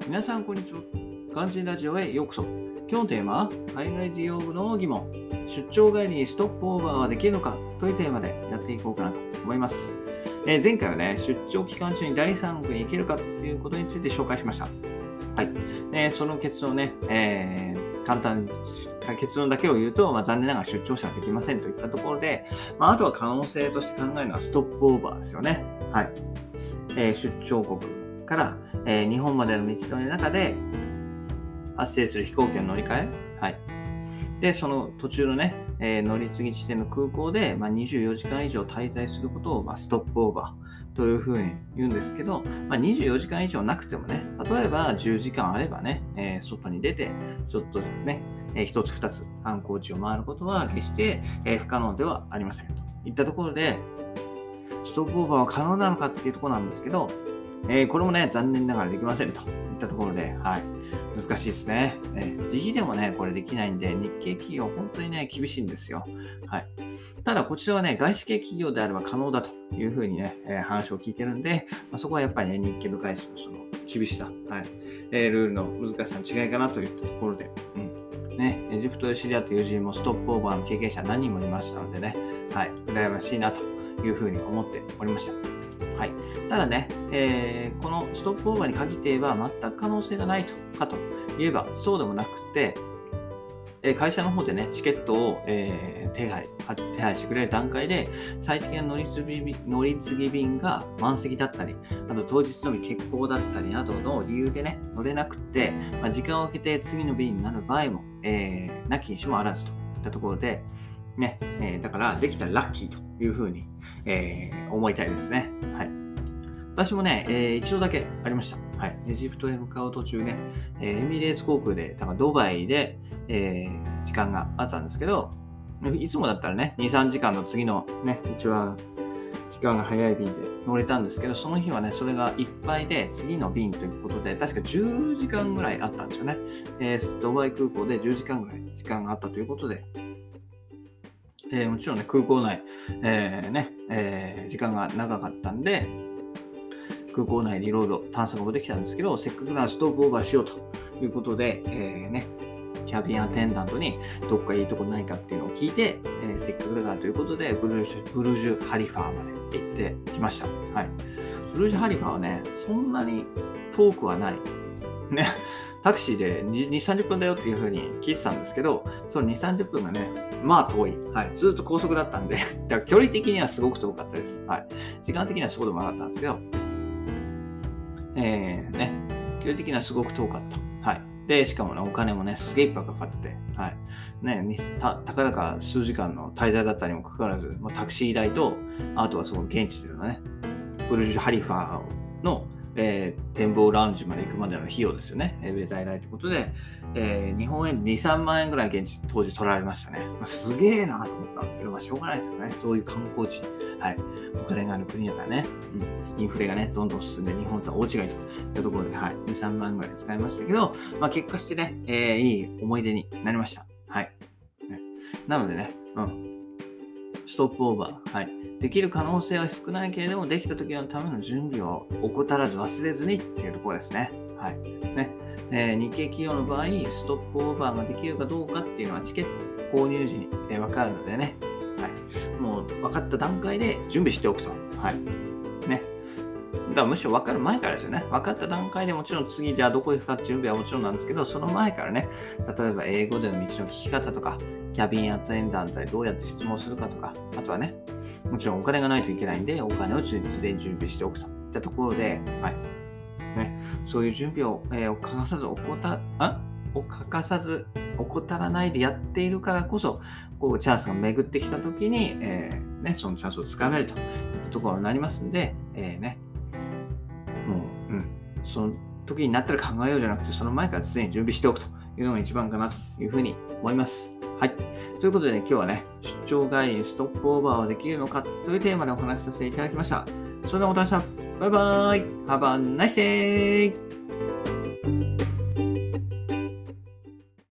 皆さんこんにちは。肝心ラジオへようこそ。今日のテーマは海外事業部の疑問。出張帰りにストップオーバーはできるのかというテーマでやっていこうかなと思います。前回はね、出張期間中に第三国に行けるかということについて紹介しました。はい。その結論ね、簡単に結論だけを言うと、残念ながら出張者はできませんといったところで、あとは可能性として考えるのはストップオーバーですよね。はい。出張国から、日本までの道のりの中で発生する飛行機の乗り換え、はい。で、その途中のね、乗り継ぎ地点の空港で、24時間以上滞在することを、ストップオーバーというふうに言うんですけど、24時間以上なくてもね、例えば10時間あればね、外に出て、ちょっとね、一つ二つ観光地を回ることは決して、不可能ではありませんといったところで、ストップオーバーは可能なのかっていうところなんですけど、これもね、残念ながらできませんといったところで、はい、難しいですね。自費でもね、これできないんで、日系企業、本当にね、厳しいんですよ。はい。ただ、こちらはね、外資系企業であれば可能だというふうにね、話を聞いてるんで、そこはやっぱりね、日系の外資のその厳しさ、はい、ルールの難しさの違いかなといったところで、ね、エジプトで知り合った友人もストップオーバーの経験者何人もいましたのでね、はい、羨ましいなというふうに思っておりました。はい、ただね、このストップオーバーに限って言えば全く可能性がないかと言えばそうでもなくて、会社の方でね、チケットを、手配してくれる段階で、最適な乗り継ぎ便が満席だったり、あと当日のみ欠航だったりなどの理由でね、乗れなくて、時間を空けて次の便になる場合も、なきにしもあらずといったところで、ね、だからできたらラッキーというふうに、思いたいですね。はい。私もね、一度だけありました。はい。エジプトへ向かう途中ね、エミレーツ航空で、ドバイで、時間があったんですけど、いつもだったらね、2、3時間の次のね、一番時間が早い便で乗れたんですけど、その日はね、それがいっぱいで、次の便ということで、確か10時間ぐらいあったんですよね。ドバイ空港で10時間ぐらい時間があったということで、もちろんね、空港内、時間が長かったんで、空港内でいろいろ探索もできたんですけど、せっかくならストップオーバーしようということで、キャビンアテンダントにどっかいいとこないかっていうのを聞いて、せっかくだからということで、ブルジュ・ハリファまで行ってきました。はい。ブルジュ・ハリファはね、そんなに遠くはない。ね。タクシーで2、30分だよっていう風に聞いてたんですけど、その2、30分がね、遠い。はい。ずっと高速だったんで、だから距離的にはすごく遠かったです。はい。時間的にはそうでもなかったんですけど、距離的にはすごく遠かった。はい。で、しかもね、お金もね、すげえいっぱいかかって、はい。ね、たかだか数時間の滞在だったにもかかわらず、タクシー代と、あとはその現地でのね、ブルジュ・ハリファの展望ラウンジまで行くまでの費用ですよね。エレベーター代ということで、日本円で2、3万円ぐらい現地当時取られましたね。すげえなと思ったんですけど、しょうがないですよね。そういう観光地。はい。お金がある国だからね。インフレがね、どんどん進んで日本とは大違いといったところで、はい。2、3万円ぐらい使いましたけど、結果してね、いい思い出になりました。はい。なのでね、ストップオーバー。はい。できる可能性は少ないけれども、できた時のための準備を怠らず忘れずにっていうところですね。はい。ね。日系企業の場合、ストップオーバーができるかどうかっていうのはチケット購入時に分かるのでね。はい。もう分かった段階で準備しておくと。はい。ね。だからむしろ分かる前からですよね。分かった段階でもちろん次じゃあどこ行くかっていう準備はもちろんなんですけど、その前からね、例えば英語での道の聞き方とか、キャビンアテンダントでどうやって質問するかとか、あとはね、もちろんお金がないといけないんで、お金を事前に準備しておくといったところで、はい。ね、そういう準備を、欠かさず怠らないでやっているからこそ、チャンスが巡ってきたときに、そのチャンスをつかめるといったところになりますんで、その時になったら考えようじゃなくて、その前から常に準備しておくというのが一番かなというふうに思います。はい。ということでね、今日はね、出張帰りにストップオーバーはできるのかというテーマでお話しさせていただきました。それではまた明日。バイバーイ。Have a nice day!